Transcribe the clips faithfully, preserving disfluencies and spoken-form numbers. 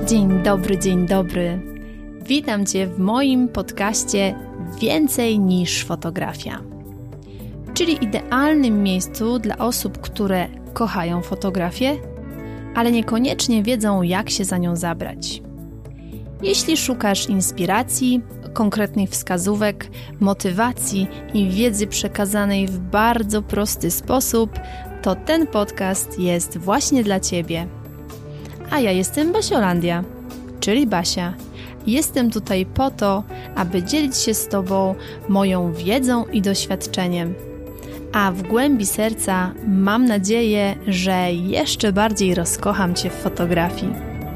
Dzień dobry, dzień dobry. Witam Cię w moim podcaście Więcej niż fotografia, czyli idealnym miejscu dla osób, które kochają fotografię, ale niekoniecznie wiedzą, jak się za nią zabrać. Jeśli szukasz inspiracji, konkretnych wskazówek, motywacji i wiedzy przekazanej w bardzo prosty sposób, to ten podcast jest właśnie dla Ciebie. A ja jestem Basiolandia, czyli Basia. Jestem tutaj po to, aby dzielić się z Tobą moją wiedzą i doświadczeniem. A w głębi serca mam nadzieję, że jeszcze bardziej rozkocham Cię w fotografii.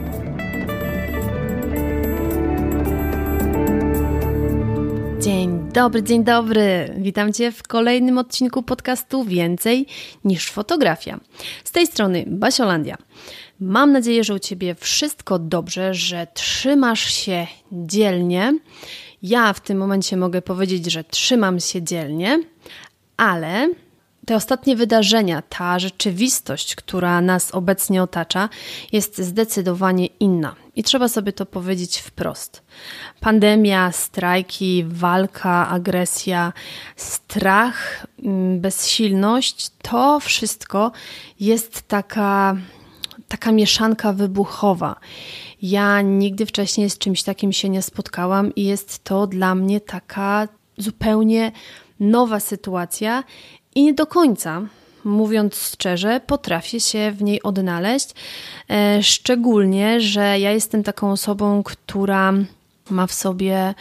Dzień dobry, dzień dobry. Witam Cię w kolejnym odcinku podcastu Więcej niż fotografia. Z tej strony Basiolandia. Mam nadzieję, że u Ciebie wszystko dobrze, że trzymasz się dzielnie. Ja w tym momencie mogę powiedzieć, że trzymam się dzielnie, ale te ostatnie wydarzenia, ta rzeczywistość, która nas obecnie otacza, jest zdecydowanie inna. I trzeba sobie to powiedzieć wprost. Pandemia, strajki, walka, agresja, strach, bezsilność, to wszystko jest taka, taka mieszanka wybuchowa. Ja nigdy wcześniej z czymś takim się nie spotkałam i jest to dla mnie taka zupełnie nowa sytuacja i nie do końca, mówiąc szczerze, potrafię się w niej odnaleźć, e, szczególnie, że ja jestem taką osobą, która ma w sobie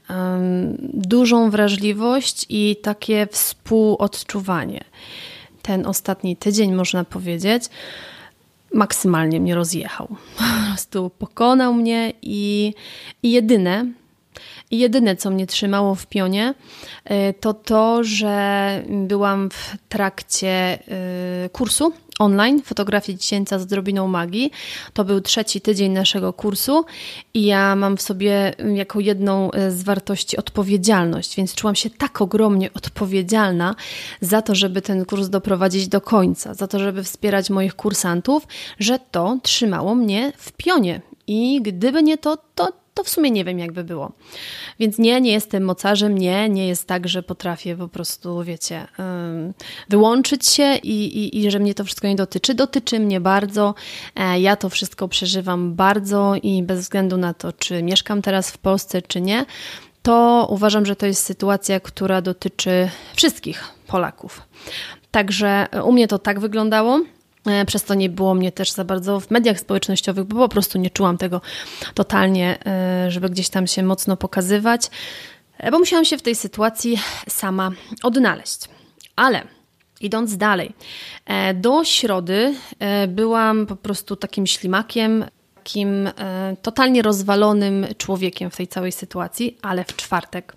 um, dużą wrażliwość i takie współodczuwanie. Ten ostatni tydzień, można powiedzieć, maksymalnie mnie rozjechał. Po prostu pokonał mnie i, i jedyne, I jedyne, co mnie trzymało w pionie, to to, że byłam w trakcie kursu online fotografii dziecięca z odrobiną magii. To był trzeci tydzień naszego kursu i ja mam w sobie jako jedną z wartości odpowiedzialność, więc czułam się tak ogromnie odpowiedzialna za to, żeby ten kurs doprowadzić do końca, za to, żeby wspierać moich kursantów, że to trzymało mnie w pionie i gdyby nie to, to to w sumie nie wiem, jakby było. Więc nie, nie jestem mocarzem, nie, nie jest tak, że potrafię po prostu, wiecie, wyłączyć się i, i, i że mnie to wszystko nie dotyczy. Dotyczy mnie bardzo, ja to wszystko przeżywam bardzo i bez względu na to, czy mieszkam teraz w Polsce, czy nie, to uważam, że to jest sytuacja, która dotyczy wszystkich Polaków. Także u mnie to tak wyglądało. Przez to nie było mnie też za bardzo w mediach społecznościowych, bo po prostu nie czułam tego totalnie, żeby gdzieś tam się mocno pokazywać, bo musiałam się w tej sytuacji sama odnaleźć. Ale idąc dalej, do środy byłam po prostu takim ślimakiem, takim totalnie rozwalonym człowiekiem w tej całej sytuacji, ale w czwartek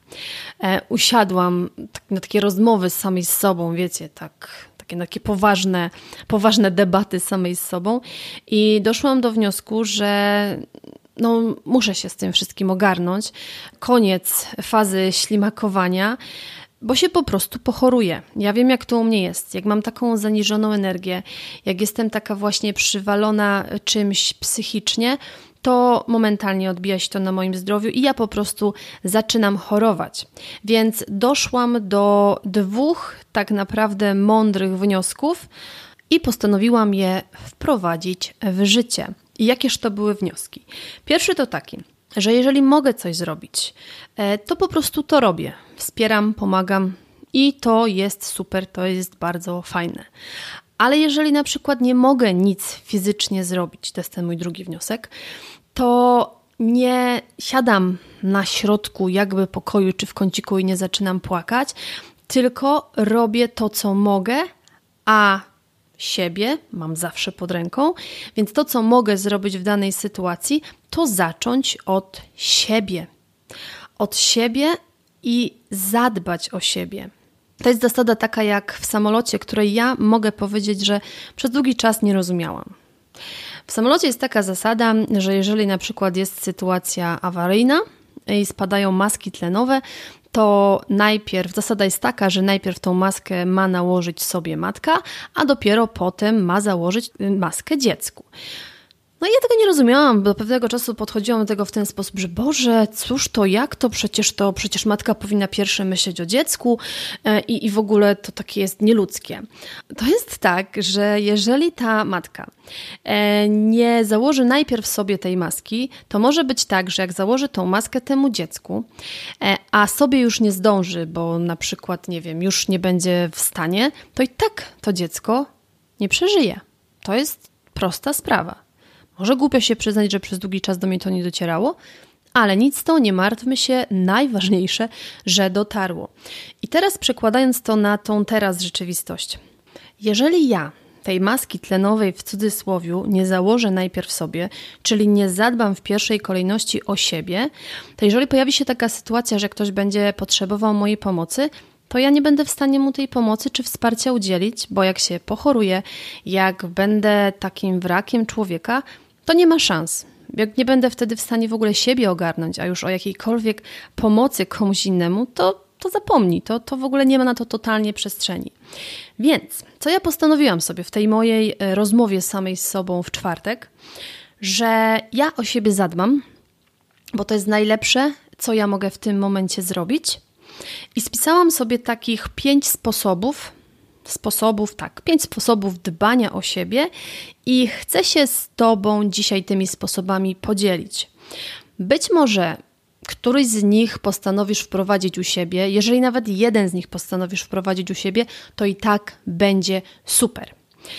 usiadłam na takie rozmowy z samej z sobą, wiecie, tak... takie poważne, poważne debaty samej z sobą i doszłam do wniosku, że no, muszę się z tym wszystkim ogarnąć. Koniec fazy ślimakowania, bo się po prostu pochoruję. Ja wiem, jak to u mnie jest. Jak mam taką zaniżoną energię, jak jestem taka właśnie przywalona czymś psychicznie, to momentalnie odbija się to na moim zdrowiu i ja po prostu zaczynam chorować. Więc doszłam do dwóch tak naprawdę mądrych wniosków i postanowiłam je wprowadzić w życie. I jakież to były wnioski? Pierwszy to taki, że jeżeli mogę coś zrobić, to po prostu to robię. Wspieram, pomagam i to jest super, to jest bardzo fajne. Ale jeżeli na przykład nie mogę nic fizycznie zrobić, to jest ten mój drugi wniosek, to nie siadam na środku jakby pokoju czy w kąciku i nie zaczynam płakać, tylko robię to, co mogę, a siebie mam zawsze pod ręką, więc to, co mogę zrobić w danej sytuacji, to zacząć od siebie. Od siebie i zadbać o siebie. To jest zasada taka jak w samolocie, której ja mogę powiedzieć, że przez długi czas nie rozumiałam. W samolocie jest taka zasada, że jeżeli na przykład jest sytuacja awaryjna i spadają maski tlenowe, to najpierw, zasada jest taka, że najpierw tą maskę ma nałożyć sobie matka, a dopiero potem ma założyć maskę dziecku. No i ja tego nie rozumiałam, bo do pewnego czasu podchodziłam do tego w ten sposób, że Boże, cóż to, jak to, przecież to, przecież matka powinna pierwsze myśleć o dziecku i, i w ogóle to takie jest nieludzkie. To jest tak, że jeżeli ta matka nie założy najpierw sobie tej maski, to może być tak, że jak założy tą maskę temu dziecku, a sobie już nie zdąży, bo na przykład, nie wiem, już nie będzie w stanie, to i tak to dziecko nie przeżyje. To jest prosta sprawa. Może głupio się przyznać, że przez długi czas do mnie to nie docierało, ale nic to, nie martwmy się, najważniejsze, że dotarło. I teraz przekładając to na tą teraz rzeczywistość. Jeżeli ja tej maski tlenowej w cudzysłowiu nie założę najpierw sobie, czyli nie zadbam w pierwszej kolejności o siebie, to jeżeli pojawi się taka sytuacja, że ktoś będzie potrzebował mojej pomocy, to ja nie będę w stanie mu tej pomocy czy wsparcia udzielić, bo jak się pochoruję, jak będę takim wrakiem człowieka, to nie ma szans. Jak nie będę wtedy w stanie w ogóle siebie ogarnąć, a już o jakiejkolwiek pomocy komuś innemu, to, to zapomnij, to, to w ogóle nie ma na to totalnie przestrzeni. Więc co ja postanowiłam sobie w tej mojej rozmowie samej z sobą w czwartek, że ja o siebie zadbam, bo to jest najlepsze, co ja mogę w tym momencie zrobić. I spisałam sobie takich pięć sposobów, sposobów, tak, pięć sposobów dbania o siebie i chcę się z Tobą dzisiaj tymi sposobami podzielić. Być może któryś z nich postanowisz wprowadzić u siebie, jeżeli nawet jeden z nich postanowisz wprowadzić u siebie, to i tak będzie super.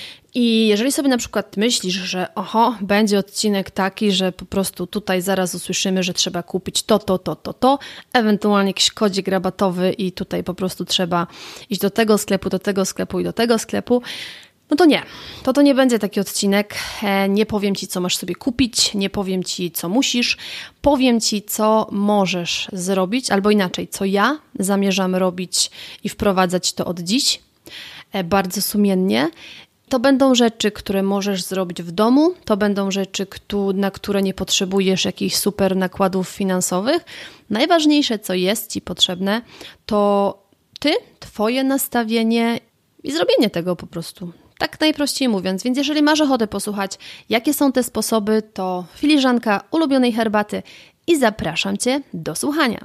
I jeżeli sobie na przykład myślisz, że oho, będzie odcinek taki, że po prostu tutaj zaraz usłyszymy, że trzeba kupić to, to, to, to, to, ewentualnie jakiś kodzik rabatowy i tutaj po prostu trzeba iść do tego sklepu, do tego sklepu i do tego sklepu, no to nie. To to nie będzie taki odcinek. Nie powiem Ci, co masz sobie kupić, nie powiem Ci, co musisz, powiem Ci, co możesz zrobić, albo inaczej, co ja zamierzam robić i wprowadzać to od dziś, bardzo sumiennie. To będą rzeczy, które możesz zrobić w domu, to będą rzeczy, na które nie potrzebujesz jakichś super nakładów finansowych. Najważniejsze, co jest Ci potrzebne, to Ty, Twoje nastawienie i zrobienie tego po prostu. Tak najprościej mówiąc, więc jeżeli masz ochotę posłuchać, jakie są te sposoby, to filiżanka ulubionej herbaty i zapraszam Cię do słuchania.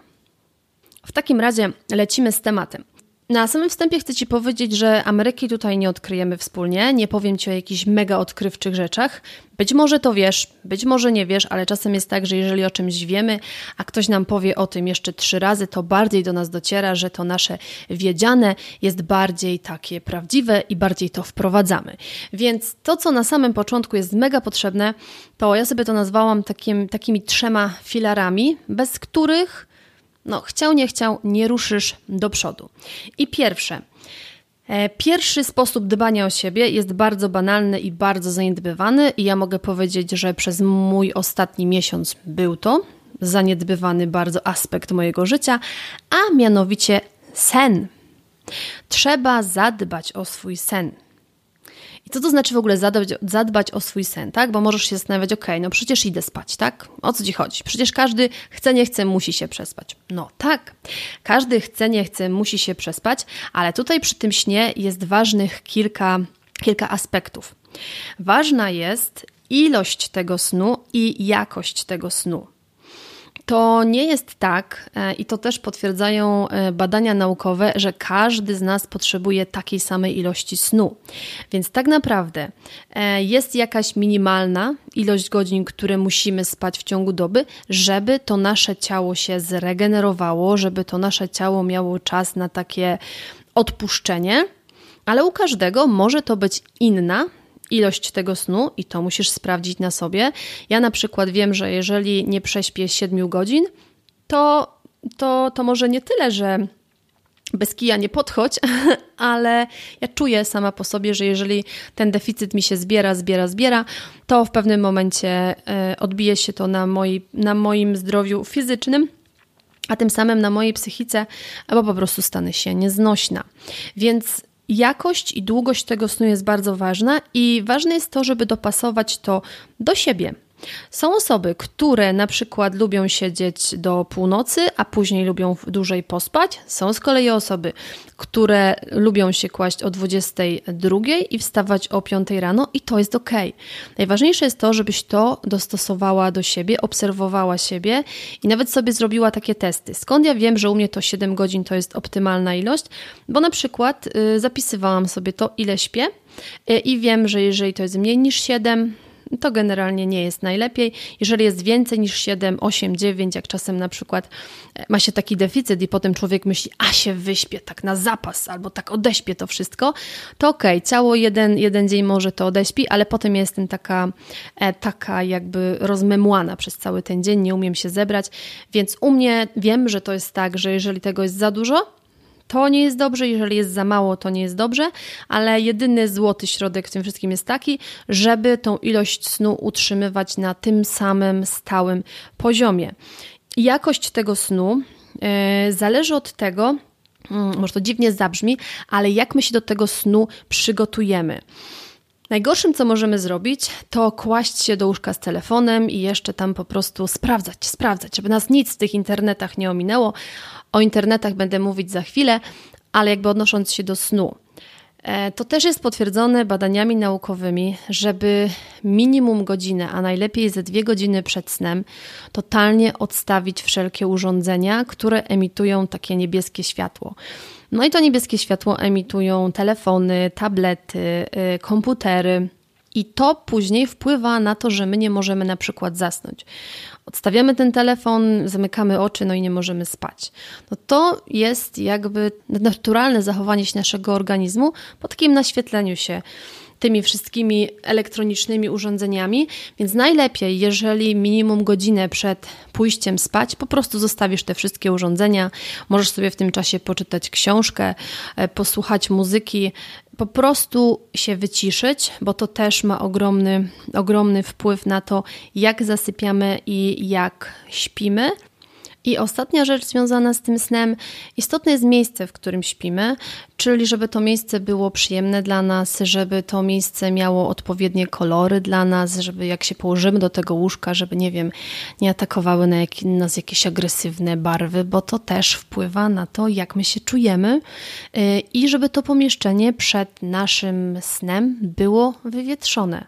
W takim razie lecimy z tematem. Na samym wstępie chcę Ci powiedzieć, że Ameryki tutaj nie odkryjemy wspólnie, nie powiem Ci o jakichś mega odkrywczych rzeczach. Być może to wiesz, być może nie wiesz, ale czasem jest tak, że jeżeli o czymś wiemy, a ktoś nam powie o tym jeszcze trzy razy, to bardziej do nas dociera, że to nasze wiedziane jest bardziej takie prawdziwe i bardziej to wprowadzamy. Więc to, co na samym początku jest mega potrzebne, to ja sobie to nazwałam takim, takimi trzema filarami, bez których no chciał, nie chciał, nie ruszysz do przodu. I pierwsze, e, pierwszy sposób dbania o siebie jest bardzo banalny i bardzo zaniedbywany i ja mogę powiedzieć, że przez mój ostatni miesiąc był to zaniedbywany bardzo aspekt mojego życia, a mianowicie sen. Trzeba zadbać o swój sen. I co to znaczy w ogóle zadbać, zadbać o swój sen, tak? Bo możesz się zastanawiać, okej, okay, no przecież idę spać, tak? O co Ci chodzi? Przecież każdy chce, nie chce, musi się przespać. No tak, każdy chce, nie chce, musi się przespać, ale tutaj przy tym śnie jest ważnych kilka, kilka aspektów. Ważna jest ilość tego snu i jakość tego snu. To nie jest tak, i to też potwierdzają badania naukowe, że każdy z nas potrzebuje takiej samej ilości snu. Więc tak naprawdę jest jakaś minimalna ilość godzin, które musimy spać w ciągu doby, żeby to nasze ciało się zregenerowało, żeby to nasze ciało miało czas na takie odpuszczenie, ale u każdego może to być inna ilość tego snu i to musisz sprawdzić na sobie. Ja na przykład wiem, że jeżeli nie prześpię siedmiu godzin, to, to, to może nie tyle, że bez kija nie podchodź, ale ja czuję sama po sobie, że jeżeli ten deficyt mi się zbiera, zbiera, zbiera, to w pewnym momencie odbije się to na, moi, na moim zdrowiu fizycznym, a tym samym na mojej psychice, bo po prostu stanę się nieznośna. Więc jakość i długość tego snu jest bardzo ważna i ważne jest to, żeby dopasować to do siebie. Są osoby, które na przykład lubią siedzieć do północy, a później lubią dłużej pospać. Są z kolei osoby, które lubią się kłaść o dwudziestej drugiej i wstawać o piątej rano i to jest okej. Najważniejsze jest to, żebyś to dostosowała do siebie, obserwowała siebie i nawet sobie zrobiła takie testy. Skąd ja wiem, że u mnie to siedem godzin to jest optymalna ilość? Bo na przykład y, zapisywałam sobie to, ile śpię y, i wiem, że jeżeli to jest mniej niż siedem, to generalnie nie jest najlepiej. Jeżeli jest więcej niż siedem, osiem, dziewięć, jak czasem na przykład ma się taki deficyt i potem człowiek myśli, a się wyśpię tak na zapas albo tak odeśpię to wszystko, to okej, okay, cało jeden, jeden dzień może to odeśpi, ale potem jestem taka, taka jakby rozmemłana przez cały ten dzień, nie umiem się zebrać, więc u mnie wiem, że to jest tak, że jeżeli tego jest za dużo, to nie jest dobrze, jeżeli jest za mało, to nie jest dobrze, ale jedyny złoty środek w tym wszystkim jest taki, żeby tą ilość snu utrzymywać na tym samym stałym poziomie. Jakość tego snu yy, zależy od tego, yy, może to dziwnie zabrzmi, ale jak my się do tego snu przygotujemy. Najgorszym, co możemy zrobić, to kłaść się do łóżka z telefonem i jeszcze tam po prostu sprawdzać, sprawdzać, żeby nas nic w tych internetach nie ominęło. O internetach będę mówić za chwilę, ale jakby odnosząc się do snu. To też jest potwierdzone badaniami naukowymi, żeby minimum godzinę, a najlepiej ze dwie godziny przed snem totalnie odstawić wszelkie urządzenia, które emitują takie niebieskie światło. No i to niebieskie światło emitują telefony, tablety, komputery i to później wpływa na to, że my nie możemy na przykład zasnąć. Odstawiamy ten telefon, zamykamy oczy, no i nie możemy spać. No to jest jakby naturalne zachowanie się naszego organizmu po takim naświetleniu się tymi wszystkimi elektronicznymi urządzeniami, więc najlepiej, jeżeli minimum godzinę przed pójściem spać, po prostu zostawisz te wszystkie urządzenia, możesz sobie w tym czasie poczytać książkę, posłuchać muzyki, po prostu się wyciszyć, bo to też ma ogromny, ogromny wpływ na to, jak zasypiamy i jak śpimy. I ostatnia rzecz związana z tym snem, istotne jest miejsce, w którym śpimy, czyli żeby to miejsce było przyjemne dla nas, żeby to miejsce miało odpowiednie kolory dla nas, żeby jak się położymy do tego łóżka, żeby nie wiem, nie atakowały na jak, nas jakieś agresywne barwy, bo to też wpływa na to, jak my się czujemy yy, i żeby to pomieszczenie przed naszym snem było wywietrzone.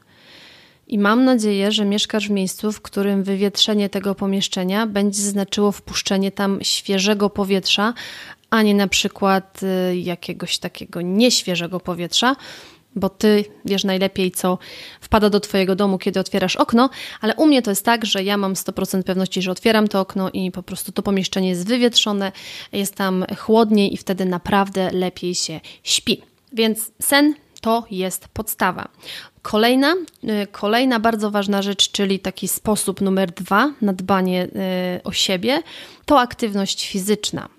I mam nadzieję, że mieszkasz w miejscu, w którym wywietrzenie tego pomieszczenia będzie znaczyło wpuszczenie tam świeżego powietrza, a nie na przykład jakiegoś takiego nieświeżego powietrza, bo ty wiesz najlepiej, co wpada do twojego domu, kiedy otwierasz okno, ale u mnie to jest tak, że ja mam sto procent pewności, że otwieram to okno i po prostu to pomieszczenie jest wywietrzone, jest tam chłodniej i wtedy naprawdę lepiej się śpi. Więc sen to jest podstawa. Kolejna, kolejna bardzo ważna rzecz, czyli taki sposób numer dwa na dbanie o siebie, to aktywność fizyczna.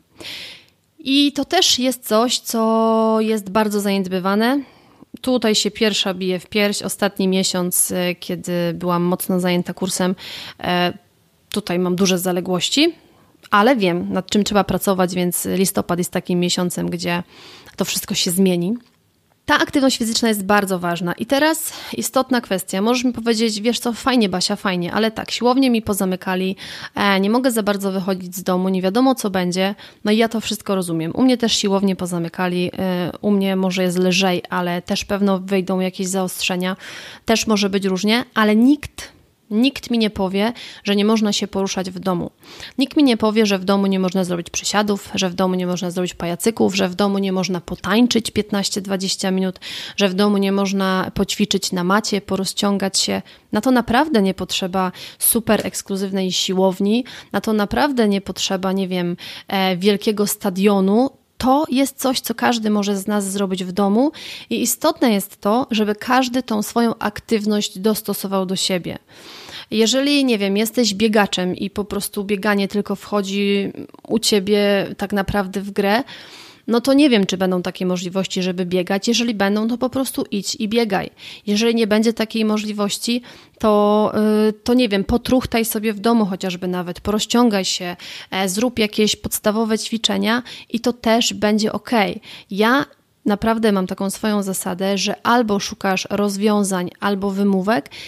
I to też jest coś, co jest bardzo zaniedbywane. Tutaj się pierwsza bije w pierś. Ostatni miesiąc, kiedy byłam mocno zajęta kursem, tutaj mam duże zaległości, ale wiem, nad czym trzeba pracować, więc listopad jest takim miesiącem, gdzie to wszystko się zmieni. Ta aktywność fizyczna jest bardzo ważna. I teraz istotna kwestia. Możesz mi powiedzieć, wiesz co, fajnie Basia, fajnie, ale tak, siłownie mi pozamykali, e, nie mogę za bardzo wychodzić z domu, nie wiadomo co będzie. No i ja to wszystko rozumiem. U mnie też siłownie pozamykali, e, u mnie może jest lżej, ale też pewno wyjdą jakieś zaostrzenia. Też może być różnie, ale nikt... Nikt mi nie powie, że nie można się poruszać w domu. Nikt mi nie powie, że w domu nie można zrobić przysiadów, że w domu nie można zrobić pajacyków, że w domu nie można potańczyć piętnaście dwadzieścia minut, że w domu nie można poćwiczyć na macie, porozciągać się. Na to naprawdę nie potrzeba super ekskluzywnej siłowni, na to naprawdę nie potrzeba, nie wiem, e, wielkiego stadionu. To jest coś, co każdy może z nas zrobić w domu i istotne jest to, żeby każdy tą swoją aktywność dostosował do siebie. Jeżeli, nie wiem, jesteś biegaczem i po prostu bieganie tylko wchodzi u ciebie tak naprawdę w grę, no to nie wiem, czy będą takie możliwości, żeby biegać. Jeżeli będą, to po prostu idź i biegaj. Jeżeli nie będzie takiej możliwości, to, yy, to nie wiem, potruchtaj sobie w domu chociażby nawet, porozciągaj się, e, zrób jakieś podstawowe ćwiczenia i to też będzie okej. Ja naprawdę mam taką swoją zasadę, że albo szukasz rozwiązań, albo wymówek i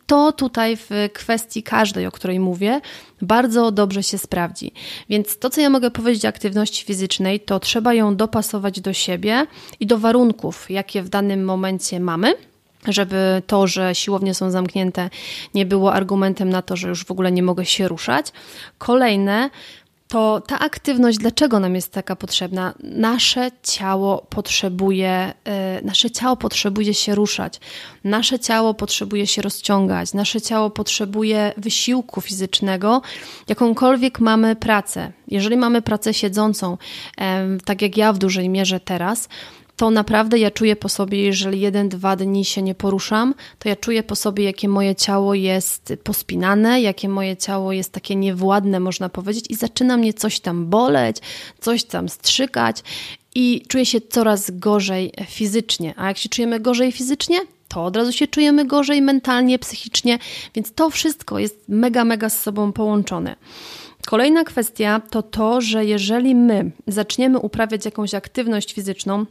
to tutaj w kwestii każdej, o której mówię, bardzo dobrze się sprawdzi. Więc to, co ja mogę powiedzieć o aktywności fizycznej, to trzeba ją dopasować do siebie i do warunków, jakie w danym momencie mamy, żeby to, że siłownie są zamknięte, nie było argumentem na to, że już w ogóle nie mogę się ruszać. Kolejne, to ta aktywność, dlaczego nam jest taka potrzebna? Nasze ciało potrzebuje, yy, nasze ciało potrzebuje się ruszać, nasze ciało potrzebuje się rozciągać, nasze ciało potrzebuje wysiłku fizycznego, jakąkolwiek mamy pracę. Jeżeli mamy pracę siedzącą, yy, tak jak ja w dużej mierze teraz, to naprawdę ja czuję po sobie, jeżeli jeden, dwa dni się nie poruszam, to ja czuję po sobie, jakie moje ciało jest pospinane, jakie moje ciało jest takie niewładne, można powiedzieć, i zaczyna mnie coś tam boleć, coś tam strzykać i czuję się coraz gorzej fizycznie. A jak się czujemy gorzej fizycznie, to od razu się czujemy gorzej mentalnie, psychicznie, więc to wszystko jest mega, mega z sobą połączone. Kolejna kwestia to to, że jeżeli my zaczniemy uprawiać jakąś aktywność fizyczną,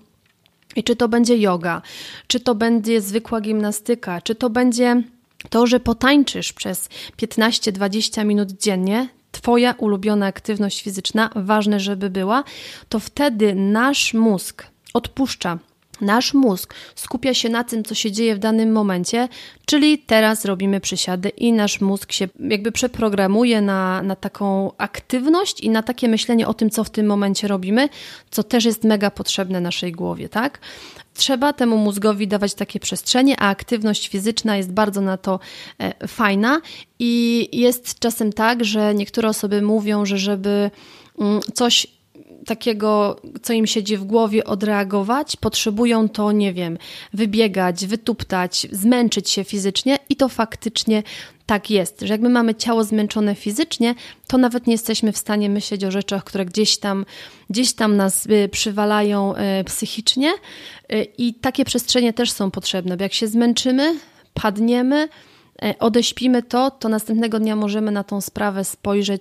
i czy to będzie joga, czy to będzie zwykła gimnastyka, czy to będzie to, że potańczysz przez piętnaście dwadzieścia minut dziennie, Twoja ulubiona aktywność fizyczna, ważne, żeby była, to wtedy nasz mózg odpuszcza. Nasz mózg skupia się na tym, co się dzieje w danym momencie, czyli teraz robimy przysiady i nasz mózg się jakby przeprogramuje na, na taką aktywność i na takie myślenie o tym, co w tym momencie robimy, co też jest mega potrzebne naszej głowie, tak? Trzeba temu mózgowi dawać takie przestrzenie, a aktywność fizyczna jest bardzo na to e, fajna i jest czasem tak, że niektóre osoby mówią, że żeby mm, coś takiego, co im siedzi w głowie, odreagować, potrzebują to, nie wiem, wybiegać, wytuptać, zmęczyć się fizycznie i to faktycznie tak jest, że jak my mamy ciało zmęczone fizycznie, to nawet nie jesteśmy w stanie myśleć o rzeczach, które gdzieś tam, gdzieś tam nas przywalają psychicznie i takie przestrzenie też są potrzebne, bo jak się zmęczymy, padniemy, odeśpimy to, to następnego dnia możemy na tą sprawę spojrzeć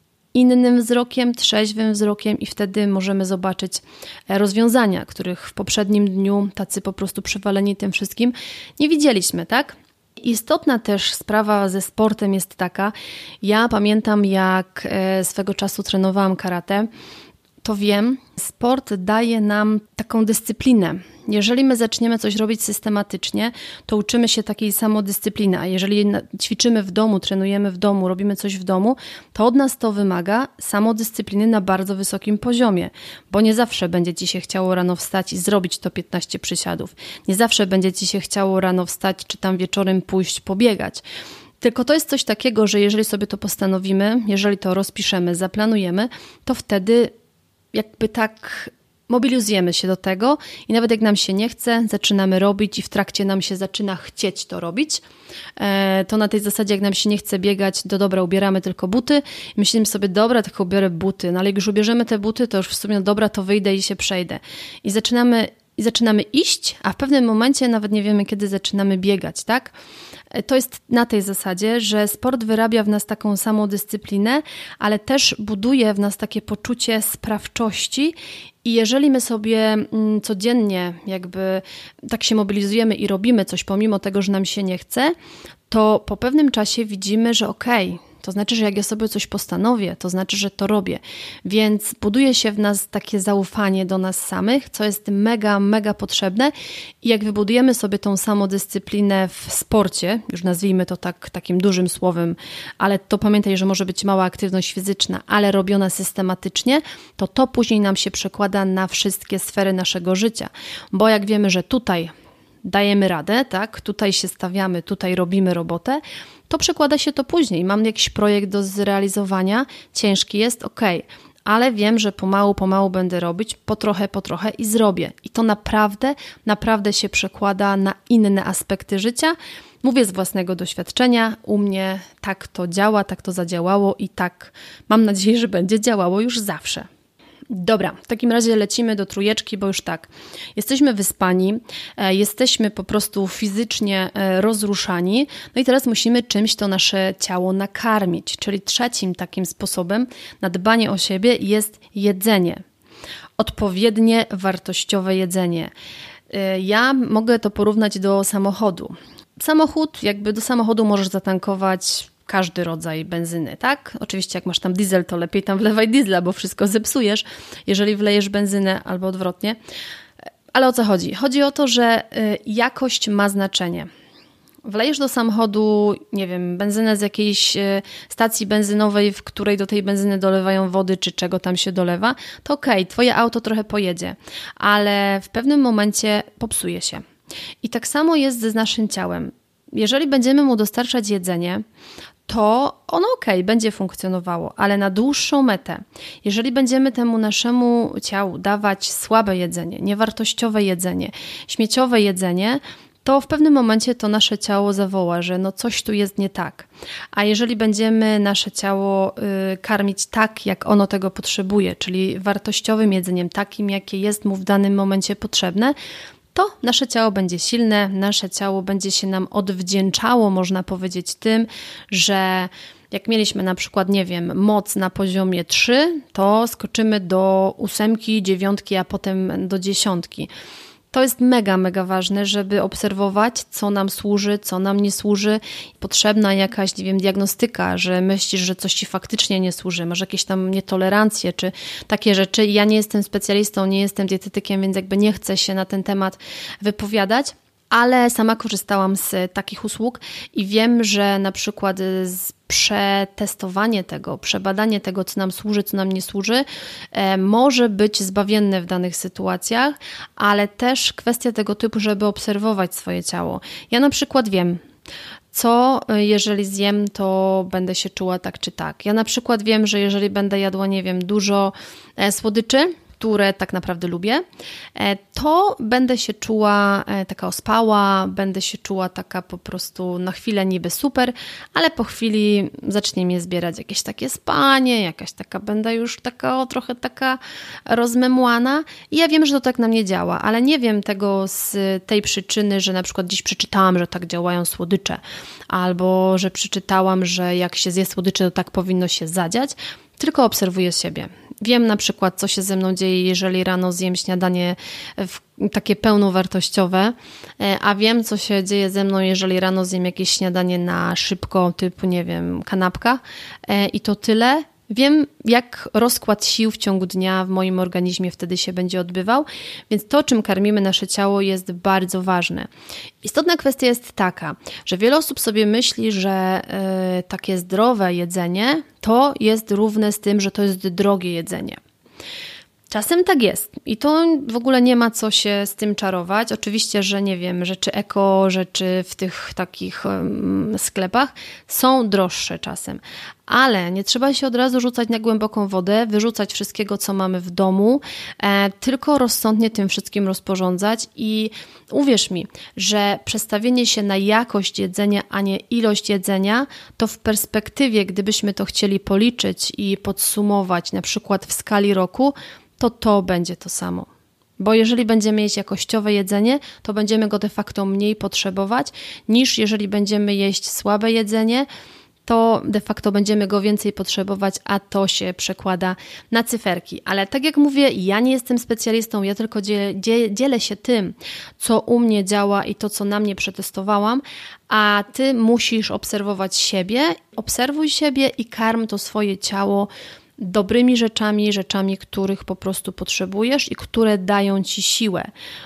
innym wzrokiem, trzeźwym wzrokiem i wtedy możemy zobaczyć rozwiązania, których w poprzednim dniu tacy po prostu przywaleni tym wszystkim nie widzieliśmy, tak? Istotna też sprawa ze sportem jest taka, ja pamiętam jak swego czasu trenowałam karate, to wiem, sport daje nam taką dyscyplinę. Jeżeli my zaczniemy coś robić systematycznie, to uczymy się takiej samodyscypliny, a jeżeli ćwiczymy w domu, trenujemy w domu, robimy coś w domu, to od nas to wymaga samodyscypliny na bardzo wysokim poziomie, bo nie zawsze będzie Ci się chciało rano wstać i zrobić to piętnaście przysiadów. Nie zawsze będzie Ci się chciało rano wstać, czy tam wieczorem pójść pobiegać. Tylko to jest coś takiego, że jeżeli sobie to postanowimy, jeżeli to rozpiszemy, zaplanujemy, to wtedy jakby tak mobilizujemy się do tego i nawet jak nam się nie chce, zaczynamy robić i w trakcie nam się zaczyna chcieć to robić. To na tej zasadzie, jak nam się nie chce biegać, to dobra, ubieramy tylko buty i myślimy sobie, dobra, tylko ubiorę buty, no ale jak już ubierzemy te buty, to już w sumie, no dobra, to wyjdę i się przejdę. I zaczynamy, i zaczynamy iść, a w pewnym momencie nawet nie wiemy, kiedy zaczynamy biegać, tak? To jest na tej zasadzie, że sport wyrabia w nas taką samodyscyplinę, ale też buduje w nas takie poczucie sprawczości i jeżeli my sobie codziennie jakby tak się mobilizujemy i robimy coś pomimo tego, że nam się nie chce, to po pewnym czasie widzimy, że okej, okay, to znaczy, że jak ja sobie coś postanowię, to znaczy, że to robię. Więc buduje się w nas takie zaufanie do nas samych, co jest mega, mega potrzebne. I jak wybudujemy sobie tą samodyscyplinę w sporcie, już nazwijmy to tak takim dużym słowem, ale to pamiętaj, że może być mała aktywność fizyczna, ale robiona systematycznie, to to później nam się przekłada na wszystkie sfery naszego życia. Bo jak wiemy, że tutaj dajemy radę, tak, tutaj się stawiamy, tutaj robimy robotę, to przekłada się to później. Mam jakiś projekt do zrealizowania, ciężki jest, okej, okay, ale wiem, że pomału, pomału będę robić, po trochę, po trochę i zrobię. I to naprawdę, naprawdę się przekłada na inne aspekty życia. Mówię z własnego doświadczenia, u mnie tak to działa, tak to zadziałało i tak mam nadzieję, że będzie działało już zawsze. Dobra, w takim razie lecimy do trójeczki, bo już tak, jesteśmy wyspani, e, jesteśmy po prostu fizycznie e, rozruszani, no i teraz musimy czymś to nasze ciało nakarmić, czyli trzecim takim sposobem na dbanie o siebie jest jedzenie. Odpowiednie, wartościowe jedzenie. E, ja mogę to porównać do samochodu. samochód, jakby do samochodu możesz zatankować każdy rodzaj benzyny, tak? Oczywiście jak masz tam diesel, to lepiej tam wlewaj diesla, bo wszystko zepsujesz, jeżeli wlejesz benzynę albo odwrotnie. Ale o co chodzi? Chodzi o to, że jakość ma znaczenie. Wlejesz do samochodu, nie wiem, benzynę z jakiejś stacji benzynowej, w której do tej benzyny dolewają wody, czy czego tam się dolewa, to okej, okay, twoje auto trochę pojedzie, ale w pewnym momencie popsuje się. I tak samo jest z naszym ciałem. Jeżeli będziemy mu dostarczać jedzenie, to ono okej, okay, będzie funkcjonowało, ale na dłuższą metę, jeżeli będziemy temu naszemu ciału dawać słabe jedzenie, niewartościowe jedzenie, śmieciowe jedzenie, to w pewnym momencie to nasze ciało zawoła, że no coś tu jest nie tak. A jeżeli będziemy nasze ciało y, karmić tak, jak ono tego potrzebuje, czyli wartościowym jedzeniem, takim, jakie jest mu w danym momencie potrzebne, to nasze ciało będzie silne, nasze ciało będzie się nam odwdzięczało, można powiedzieć, tym, że jak mieliśmy na przykład, nie wiem, moc na poziomie trzy, to skoczymy do ósemki, dziewiątki, a potem do dziesiątki. To jest mega, mega ważne, żeby obserwować, co nam służy, co nam nie służy. Potrzebna jakaś, nie wiem, diagnostyka, że myślisz, że coś ci faktycznie nie służy, masz jakieś tam nietolerancje, czy takie rzeczy. Ja nie jestem specjalistą, nie jestem dietetykiem, więc jakby nie chcę się na ten temat wypowiadać. Ale sama korzystałam z takich usług i wiem, że na przykład przetestowanie tego, przebadanie tego, co nam służy, co nam nie służy, może być zbawienne w danych sytuacjach, ale też kwestia tego typu, żeby obserwować swoje ciało. Ja na przykład wiem, co jeżeli zjem, to będę się czuła tak czy tak. Ja na przykład wiem, że jeżeli będę jadła, nie wiem, dużo słodyczy, które tak naprawdę lubię, to będę się czuła taka ospała, będę się czuła taka po prostu na chwilę niby super, ale po chwili zacznie mnie zbierać jakieś takie spanie, jakaś taka, będę już taka o, trochę taka rozmemłana i ja wiem, że to tak na mnie działa, ale nie wiem tego z tej przyczyny, że na przykład gdzieś przeczytałam, że tak działają słodycze, albo że przeczytałam, że jak się zje słodycze, to tak powinno się zadziać, tylko obserwuję siebie. Wiem na przykład, co się ze mną dzieje, jeżeli rano zjem śniadanie w, takie pełnowartościowe, a wiem, co się dzieje ze mną, jeżeli rano zjem jakieś śniadanie na szybko, typu, nie wiem, kanapka i to tyle. Wiem, jak rozkład sił w ciągu dnia w moim organizmie wtedy się będzie odbywał, więc to, czym karmimy nasze ciało, jest bardzo ważne. Istotna kwestia jest taka, że wiele osób sobie myśli, że y, takie zdrowe jedzenie to jest równe z tym, że to jest drogie jedzenie. Czasem tak jest i to w ogóle nie ma co się z tym czarować. Oczywiście, że nie wiem, rzeczy eko, rzeczy w tych takich um, sklepach są droższe czasem, ale nie trzeba się od razu rzucać na głęboką wodę, wyrzucać wszystkiego, co mamy w domu, e, tylko rozsądnie tym wszystkim rozporządzać i uwierz mi, że przestawienie się na jakość jedzenia, a nie ilość jedzenia, to w perspektywie, gdybyśmy to chcieli policzyć i podsumować na przykład w skali roku, to to będzie to samo. Bo jeżeli będziemy jeść jakościowe jedzenie, to będziemy go de facto mniej potrzebować, niż jeżeli będziemy jeść słabe jedzenie, to de facto będziemy go więcej potrzebować, a to się przekłada na cyferki. Ale tak jak mówię, ja nie jestem specjalistą, ja tylko dzielę, dzielę się tym, co u mnie działa i to, co na mnie przetestowałam, a ty musisz obserwować siebie, obserwuj siebie i karm to swoje ciało dobrymi rzeczami, rzeczami, których po prostu potrzebujesz i które dają ci siłę.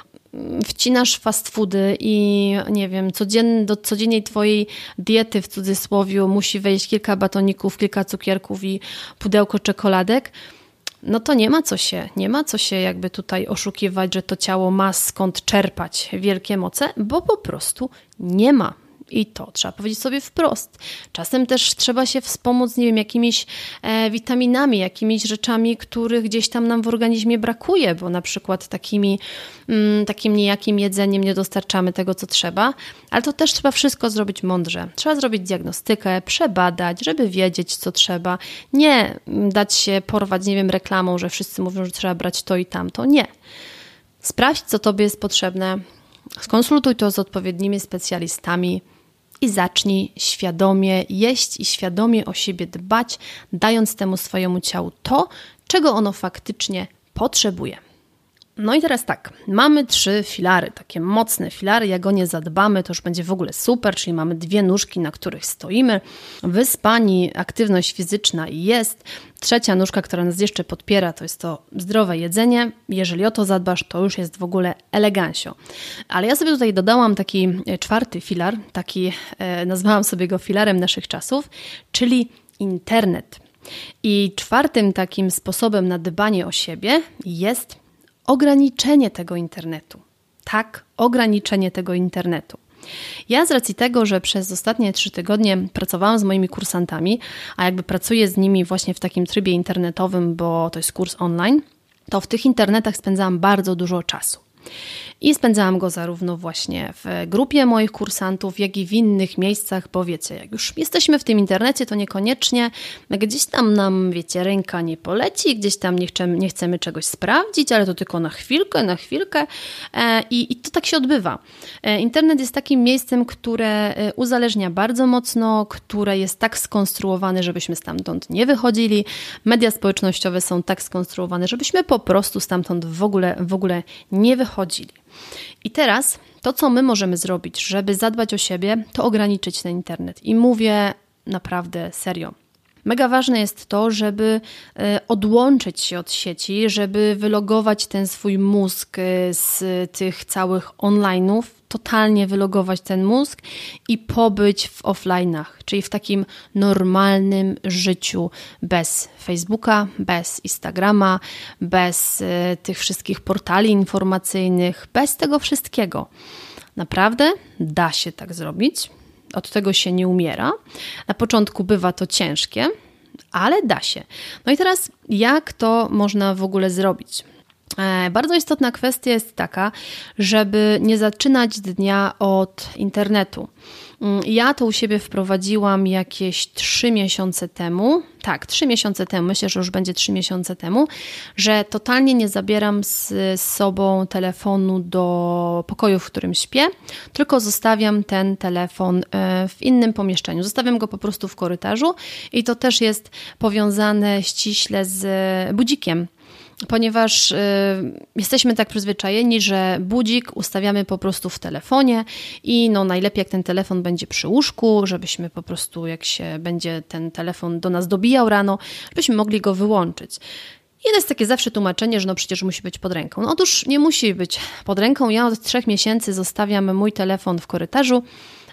Wcinasz fast foody i nie wiem, codzien, do codziennej twojej diety w cudzysłowie musi wejść kilka batoników, kilka cukierków i pudełko czekoladek, no to nie ma co się, nie ma co się jakby tutaj oszukiwać, że to ciało ma skąd czerpać wielkie moce, bo po prostu nie ma. I to trzeba powiedzieć sobie wprost. Czasem też trzeba się wspomóc, nie wiem, jakimiś e, witaminami, jakimiś rzeczami, których gdzieś tam nam w organizmie brakuje, bo na przykład takimi, mm, takim niejakim jedzeniem nie dostarczamy tego, co trzeba, ale to też trzeba wszystko zrobić mądrze. Trzeba zrobić diagnostykę, przebadać, żeby wiedzieć, co trzeba. Nie dać się porwać, nie wiem, reklamą, że wszyscy mówią, że trzeba brać to i tamto. Nie. Sprawdź, co tobie jest potrzebne. Skonsultuj to z odpowiednimi specjalistami i zacznij świadomie jeść i świadomie o siebie dbać, dając temu swojemu ciału to, czego ono faktycznie potrzebuje. No i teraz tak, mamy trzy filary, takie mocne filary, jak o nie zadbamy, to już będzie w ogóle super, czyli mamy dwie nóżki, na których stoimy, wyspani, aktywność fizyczna jest, trzecia nóżka, która nas jeszcze podpiera, to jest to zdrowe jedzenie, jeżeli o to zadbasz, to już jest w ogóle elegancio. Ale ja sobie tutaj dodałam taki czwarty filar, taki e, nazwałam sobie go filarem naszych czasów, czyli internet. I czwartym takim sposobem na dbanie o siebie jest ograniczenie tego internetu. Tak, ograniczenie tego internetu. Ja z racji tego, że przez ostatnie trzy tygodnie pracowałam z moimi kursantami, a jakby pracuję z nimi właśnie w takim trybie internetowym, bo to jest kurs online, to w tych internetach spędzałam bardzo dużo czasu. I spędzałam go zarówno właśnie w grupie moich kursantów, jak i w innych miejscach, bo wiecie, jak już jesteśmy w tym internecie, to niekoniecznie gdzieś tam nam, wiecie, ręka nie poleci, gdzieś tam nie chcemy, nie chcemy czegoś sprawdzić, ale to tylko na chwilkę, na chwilkę e, i, i to tak się odbywa. E, internet jest takim miejscem, które uzależnia bardzo mocno, które jest tak skonstruowane, żebyśmy stamtąd nie wychodzili. Media społecznościowe są tak skonstruowane, żebyśmy po prostu stamtąd w ogóle, w ogóle nie wychodzili. I teraz to, co my możemy zrobić, żeby zadbać o siebie, to ograniczyć ten internet. I mówię naprawdę serio. Mega ważne jest to, żeby odłączyć się od sieci, żeby wylogować ten swój mózg z tych całych online'ów, totalnie wylogować ten mózg i pobyć w offline'ach, czyli w takim normalnym życiu bez Facebooka, bez Instagrama, bez tych wszystkich portali informacyjnych, bez tego wszystkiego. Naprawdę da się tak zrobić. Od tego się nie umiera. Na początku bywa to ciężkie, ale da się. No i teraz jak to można w ogóle zrobić? E, bardzo istotna kwestia jest taka, żeby nie zaczynać dnia od internetu. Ja to u siebie wprowadziłam jakieś trzy miesiące temu, tak, trzy miesiące temu, myślę, że już będzie trzy miesiące temu, że totalnie nie zabieram z, z sobą telefonu do pokoju, w którym śpię, tylko zostawiam ten telefon w innym pomieszczeniu. Zostawiam go po prostu w korytarzu i to też jest powiązane ściśle z budzikiem. Ponieważ y, jesteśmy tak przyzwyczajeni, że budzik ustawiamy po prostu w telefonie i no najlepiej jak ten telefon będzie przy łóżku, żebyśmy po prostu jak się będzie ten telefon do nas dobijał rano, żebyśmy mogli go wyłączyć. I jest takie zawsze tłumaczenie, że no przecież musi być pod ręką. No otóż nie musi być pod ręką. Ja od trzech miesięcy zostawiam mój telefon w korytarzu.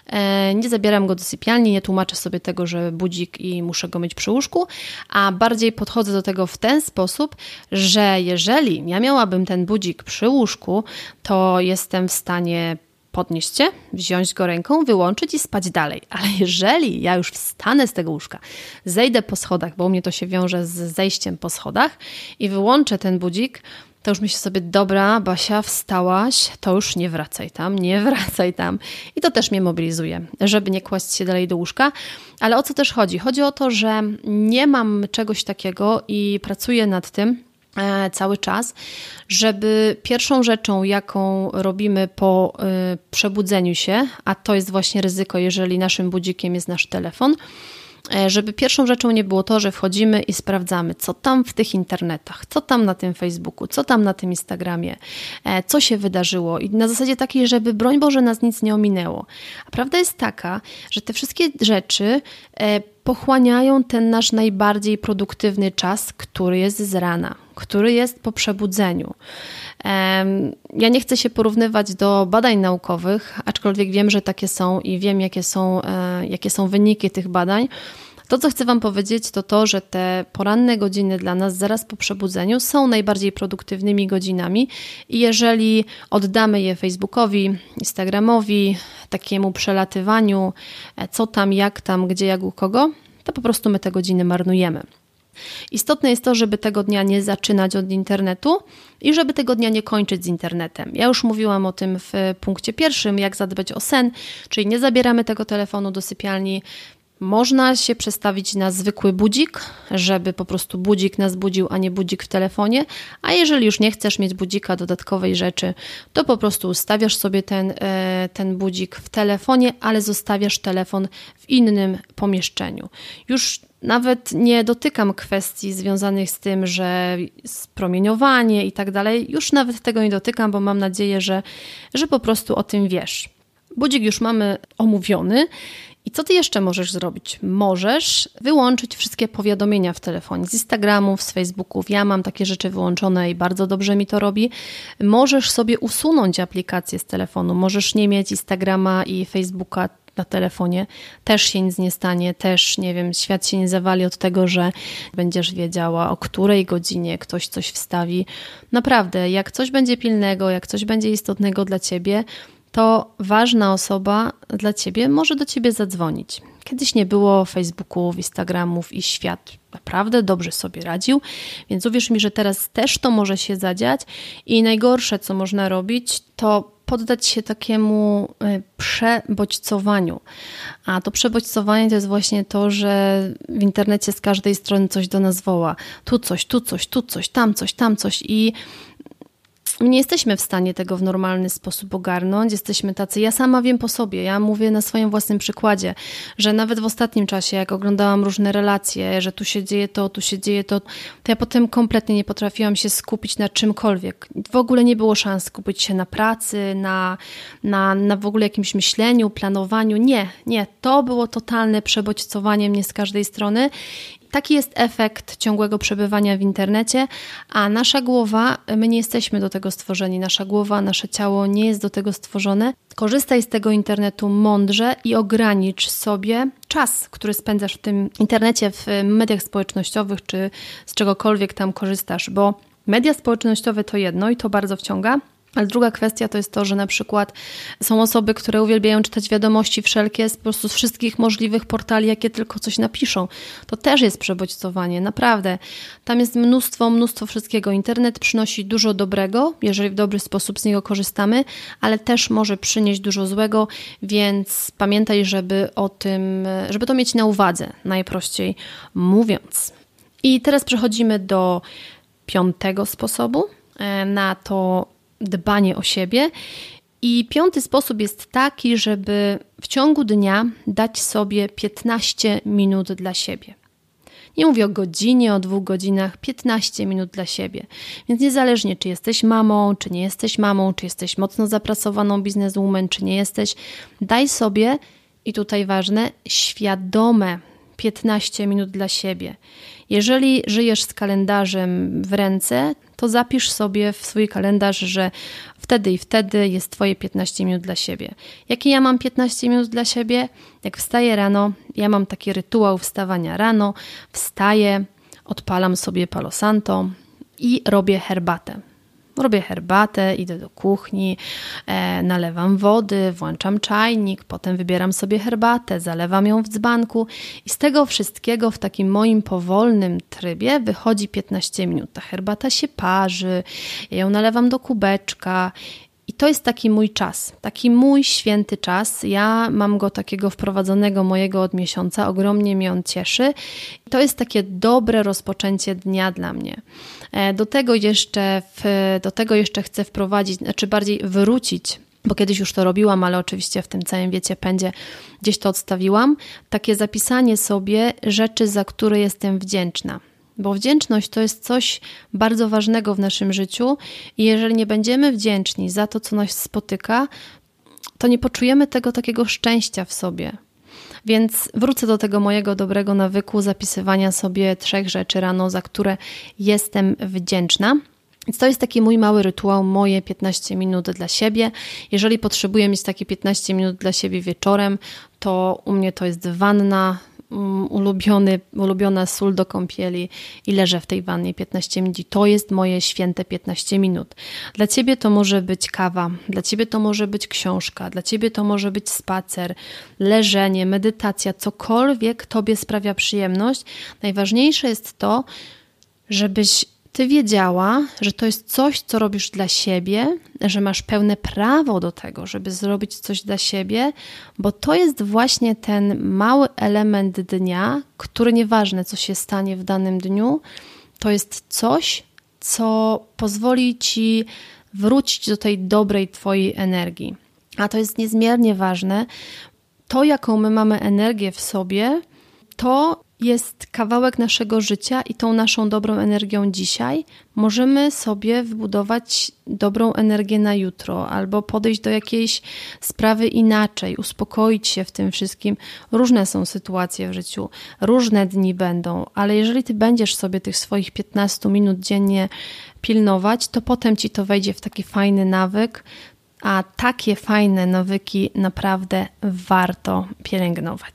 Nie zabieram go do sypialni, nie tłumaczę sobie tego, że budzik i muszę go mieć przy łóżku, a bardziej podchodzę do tego w ten sposób, że jeżeli ja miałabym ten budzik przy łóżku, to jestem w stanie podnieść się, wziąć go ręką, wyłączyć i spać dalej. Ale jeżeli ja już wstanę z tego łóżka, zejdę po schodach, bo u mnie to się wiąże z zejściem po schodach i wyłączę ten budzik, to już myślę sobie, dobra, Basia, wstałaś, to już nie wracaj tam, nie wracaj tam. I to też mnie mobilizuje, żeby nie kłaść się dalej do łóżka. Ale o co też chodzi? Chodzi o to, że nie mam czegoś takiego i pracuję nad tym e, cały czas, żeby pierwszą rzeczą, jaką robimy po e, przebudzeniu się, a to jest właśnie ryzyko, jeżeli naszym budzikiem jest nasz telefon, żeby pierwszą rzeczą nie było to, że wchodzimy i sprawdzamy, co tam w tych internetach, co tam na tym Facebooku, co tam na tym Instagramie, co się wydarzyło i na zasadzie takiej, żeby broń Boże nas nic nie ominęło. A prawda jest taka, że te wszystkie rzeczy pochłaniają ten nasz najbardziej produktywny czas, który jest z rana, który jest po przebudzeniu. Ja nie chcę się porównywać do badań naukowych, aczkolwiek wiem, że takie są i wiem, jakie są, jakie są wyniki tych badań. To, co chcę Wam powiedzieć, to to, że te poranne godziny dla nas zaraz po przebudzeniu są najbardziej produktywnymi godzinami i jeżeli oddamy je Facebookowi, Instagramowi, takiemu przelatywaniu, co tam, jak tam, gdzie, jak u kogo, to po prostu my te godziny marnujemy. Istotne jest to, żeby tego dnia nie zaczynać od internetu i żeby tego dnia nie kończyć z internetem. Ja już mówiłam o tym w punkcie pierwszym, jak zadbać o sen, czyli nie zabieramy tego telefonu do sypialni. Można się przestawić na zwykły budzik, żeby po prostu budzik nas budził, a nie budzik w telefonie, a jeżeli już nie chcesz mieć budzika, dodatkowej rzeczy, to po prostu ustawiasz sobie ten, ten budzik w telefonie, ale zostawiasz telefon w innym pomieszczeniu. Już Nawet nie dotykam kwestii związanych z tym, że promieniowanie i tak dalej. Już nawet tego nie dotykam, bo mam nadzieję, że, że po prostu o tym wiesz. Budzik już mamy omówiony. I co ty jeszcze możesz zrobić? Możesz wyłączyć wszystkie powiadomienia w telefonie z Instagramów, z Facebooków. Ja mam takie rzeczy wyłączone i bardzo dobrze mi to robi. Możesz sobie usunąć aplikacje z telefonu. Możesz nie mieć Instagrama i Facebooka na telefonie. Też się nic nie stanie. Też, nie wiem, świat się nie zawali od tego, że będziesz wiedziała, o której godzinie ktoś coś wstawi. Naprawdę, jak coś będzie pilnego, jak coś będzie istotnego dla ciebie, to ważna osoba dla ciebie może do ciebie zadzwonić. Kiedyś nie było Facebooków, Instagramów i świat naprawdę dobrze sobie radził, więc uwierz mi, że teraz też to może się zadziać i najgorsze, co można robić, to poddać się takiemu przebodźcowaniu. A to przebodźcowanie to jest właśnie to, że w internecie z każdej strony coś do nas woła. Tu coś, tu coś, tu coś, tam coś, tam coś i nie jesteśmy w stanie tego w normalny sposób ogarnąć, jesteśmy tacy, ja sama wiem po sobie, ja mówię na swoim własnym przykładzie, że nawet w ostatnim czasie, jak oglądałam różne relacje, że tu się dzieje to, tu się dzieje to, to ja potem kompletnie nie potrafiłam się skupić na czymkolwiek. W ogóle nie było szans skupić się na pracy, na, na, na w ogóle jakimś myśleniu, planowaniu. Nie, nie, to było totalne przebodźcowanie mnie z każdej strony. Taki jest efekt ciągłego przebywania w internecie, a nasza głowa, my nie jesteśmy do tego stworzeni. Nasza głowa, nasze ciało nie jest do tego stworzone. Korzystaj z tego internetu mądrze i ogranicz sobie czas, który spędzasz w tym internecie, w mediach społecznościowych, czy z czegokolwiek tam korzystasz, bo media społecznościowe to jedno i to bardzo wciąga. Ale druga kwestia to jest to, że na przykład są osoby, które uwielbiają czytać wiadomości wszelkie z po prostu z wszystkich możliwych portali, jakie tylko coś napiszą. To też jest przebodźcowanie, naprawdę. Tam jest mnóstwo, mnóstwo wszystkiego. Internet przynosi dużo dobrego, jeżeli w dobry sposób z niego korzystamy, ale też może przynieść dużo złego, więc pamiętaj, żeby o tym, żeby to mieć na uwadze, najprościej mówiąc. I teraz przechodzimy do piątego sposobu na to dbanie o siebie. I piąty sposób jest taki, żeby w ciągu dnia dać sobie piętnaście minut dla siebie. Nie mówię o godzinie, o dwóch godzinach, piętnaście minut dla siebie. Więc niezależnie, czy jesteś mamą, czy nie jesteś mamą, czy jesteś mocno zapracowaną bizneswoman, czy nie jesteś, daj sobie, i tutaj ważne, świadome piętnaście minut dla siebie. Jeżeli żyjesz z kalendarzem w ręce, to zapisz sobie w swój kalendarz, że wtedy i wtedy jest twoje piętnaście minut dla siebie. Jakie ja mam piętnaście minut dla siebie? Jak wstaję rano, ja mam taki rytuał wstawania rano, wstaję, odpalam sobie Palo Santo i robię herbatę. Robię herbatę, idę do kuchni, e, nalewam wody, włączam czajnik, potem wybieram sobie herbatę, zalewam ją w dzbanku i z tego wszystkiego w takim moim powolnym trybie wychodzi piętnaście minut. Ta herbata się parzy, ja ją nalewam do kubeczka i to jest taki mój czas, taki mój święty czas. Ja mam go takiego wprowadzonego mojego od miesiąca, ogromnie mnie on cieszy. I to jest takie dobre rozpoczęcie dnia dla mnie. Do tego jeszcze, w, do tego jeszcze chcę wprowadzić, znaczy bardziej wrócić, bo kiedyś już to robiłam, ale oczywiście w tym całym wiecie pędzie gdzieś to odstawiłam, takie zapisanie sobie rzeczy, za które jestem wdzięczna. Bo wdzięczność to jest coś bardzo ważnego w naszym życiu i jeżeli nie będziemy wdzięczni za to, co nas spotyka, to nie poczujemy tego takiego szczęścia w sobie. Więc wrócę do tego mojego dobrego nawyku zapisywania sobie trzech rzeczy rano, za które jestem wdzięczna. Więc to jest taki mój mały rytuał, moje piętnaście minut dla siebie. Jeżeli potrzebuję mieć takie piętnaście minut dla siebie wieczorem, to u mnie to jest wanna, ulubiony, ulubiona sól do kąpieli i leżę w tej wannie piętnaście minut. To jest moje święte piętnaście minut. Dla ciebie to może być kawa, dla ciebie to może być książka, dla ciebie to może być spacer, leżenie, medytacja, cokolwiek tobie sprawia przyjemność. Najważniejsze jest to, żebyś ty wiedziała, że to jest coś, co robisz dla siebie, że masz pełne prawo do tego, żeby zrobić coś dla siebie, bo to jest właśnie ten mały element dnia, który nieważne, co się stanie w danym dniu, to jest coś, co pozwoli ci wrócić do tej dobrej twojej energii. A to jest niezmiernie ważne. To, jaką my mamy energię w sobie, to jest kawałek naszego życia i tą naszą dobrą energią dzisiaj możemy sobie wybudować dobrą energię na jutro albo podejść do jakiejś sprawy inaczej, uspokoić się w tym wszystkim. Różne są sytuacje w życiu, różne dni będą, ale jeżeli ty będziesz sobie tych swoich piętnaście minut dziennie pilnować, to potem ci to wejdzie w taki fajny nawyk, a takie fajne nawyki naprawdę warto pielęgnować.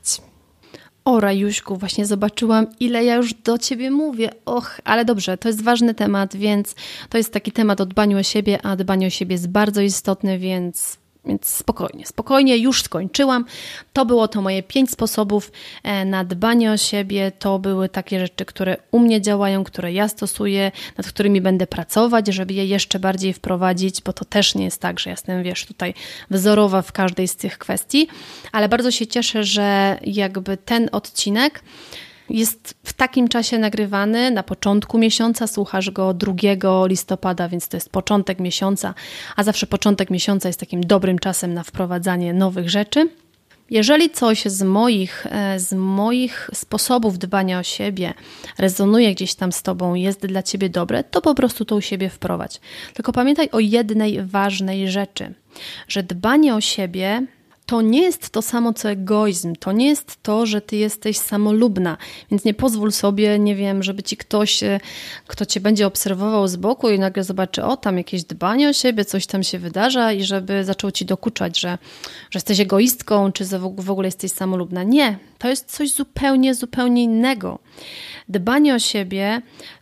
O Rajuśku, właśnie zobaczyłam, ile ja już do Ciebie mówię. Och, ale dobrze, to jest ważny temat, więc to jest taki temat o dbaniu o siebie, a dbanie o siebie jest bardzo istotne, więc, więc spokojnie, spokojnie, już skończyłam. To było to moje pięć sposobów na dbanie o siebie. To były takie rzeczy, które u mnie działają, które ja stosuję, nad którymi będę pracować, żeby je jeszcze bardziej wprowadzić, bo to też nie jest tak, że jestem, wiesz, tutaj wzorowa w każdej z tych kwestii, ale bardzo się cieszę, że jakby ten odcinek jest w takim czasie nagrywany, na początku miesiąca, słuchasz go drugiego listopada, więc to jest początek miesiąca, a zawsze początek miesiąca jest takim dobrym czasem na wprowadzanie nowych rzeczy. Jeżeli coś z moich, z moich sposobów dbania o siebie rezonuje gdzieś tam z Tobą, jest dla Ciebie dobre, to po prostu to u siebie wprowadź. Tylko pamiętaj o jednej ważnej rzeczy, że dbanie o siebie to nie jest to samo co egoizm, to nie jest to, że ty jesteś samolubna, więc nie pozwól sobie, nie wiem, żeby ci ktoś, kto cię będzie obserwował z boku i nagle zobaczy, o tam jakieś dbanie o siebie, coś tam się wydarza i żeby zaczął ci dokuczać, że, że jesteś egoistką, czy w ogóle jesteś samolubna. Nie, to jest coś zupełnie, zupełnie innego. Dbanie o siebie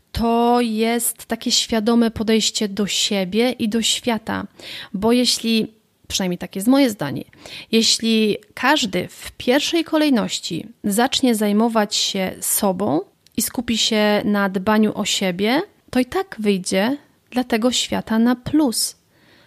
to jest takie świadome podejście do siebie i do świata, bo jeśli przynajmniej takie jest moje zdanie. Jeśli każdy w pierwszej kolejności zacznie zajmować się sobą i skupi się na dbaniu o siebie, to i tak wyjdzie dla tego świata na plus.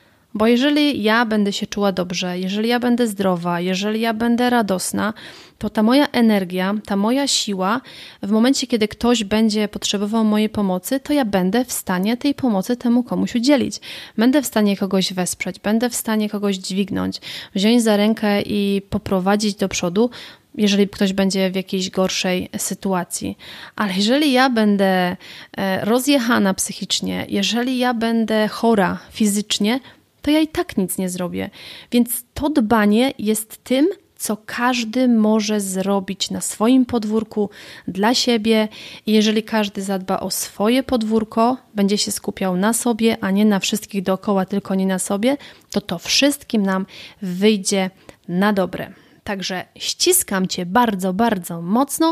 Bo jeżeli ja będę się czuła dobrze, jeżeli ja będę zdrowa, jeżeli ja będę radosna, to ta moja energia, ta moja siła, w momencie, kiedy ktoś będzie potrzebował mojej pomocy, to ja będę w stanie tej pomocy temu komuś udzielić. Będę w stanie kogoś wesprzeć, będę w stanie kogoś dźwignąć, wziąć za rękę i poprowadzić do przodu, jeżeli ktoś będzie w jakiejś gorszej sytuacji. Ale jeżeli ja będę rozjechana psychicznie, jeżeli ja będę chora fizycznie, to ja i tak nic nie zrobię. Więc to dbanie jest tym, co każdy może zrobić na swoim podwórku dla siebie. I jeżeli każdy zadba o swoje podwórko, będzie się skupiał na sobie, a nie na wszystkich dookoła, tylko nie na sobie, to to wszystkim nam wyjdzie na dobre. Także ściskam Cię bardzo, bardzo mocno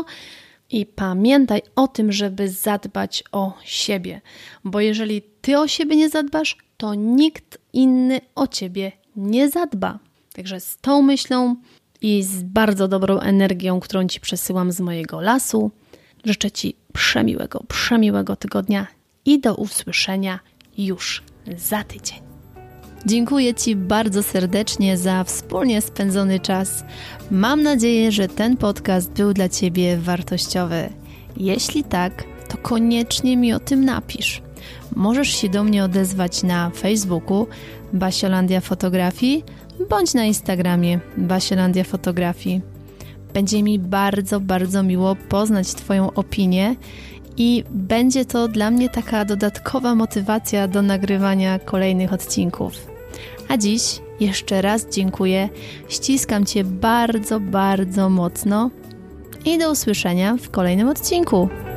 i pamiętaj o tym, żeby zadbać o siebie. Bo jeżeli Ty o siebie nie zadbasz, to nikt inny o Ciebie nie zadba. Także z tą myślą i z bardzo dobrą energią, którą Ci przesyłam z mojego lasu, życzę Ci przemiłego, przemiłego tygodnia i do usłyszenia już za tydzień. Dziękuję Ci bardzo serdecznie za wspólnie spędzony czas. Mam nadzieję, że ten podcast był dla Ciebie wartościowy. Jeśli tak, to koniecznie mi o tym napisz. Możesz się do mnie odezwać na Facebooku Basiolandia Fotografii bądź na Instagramie Basiolandia Fotografii. Będzie mi bardzo, bardzo miło poznać Twoją opinię i będzie to dla mnie taka dodatkowa motywacja do nagrywania kolejnych odcinków. A dziś jeszcze raz dziękuję, ściskam Cię bardzo, bardzo mocno i do usłyszenia w kolejnym odcinku.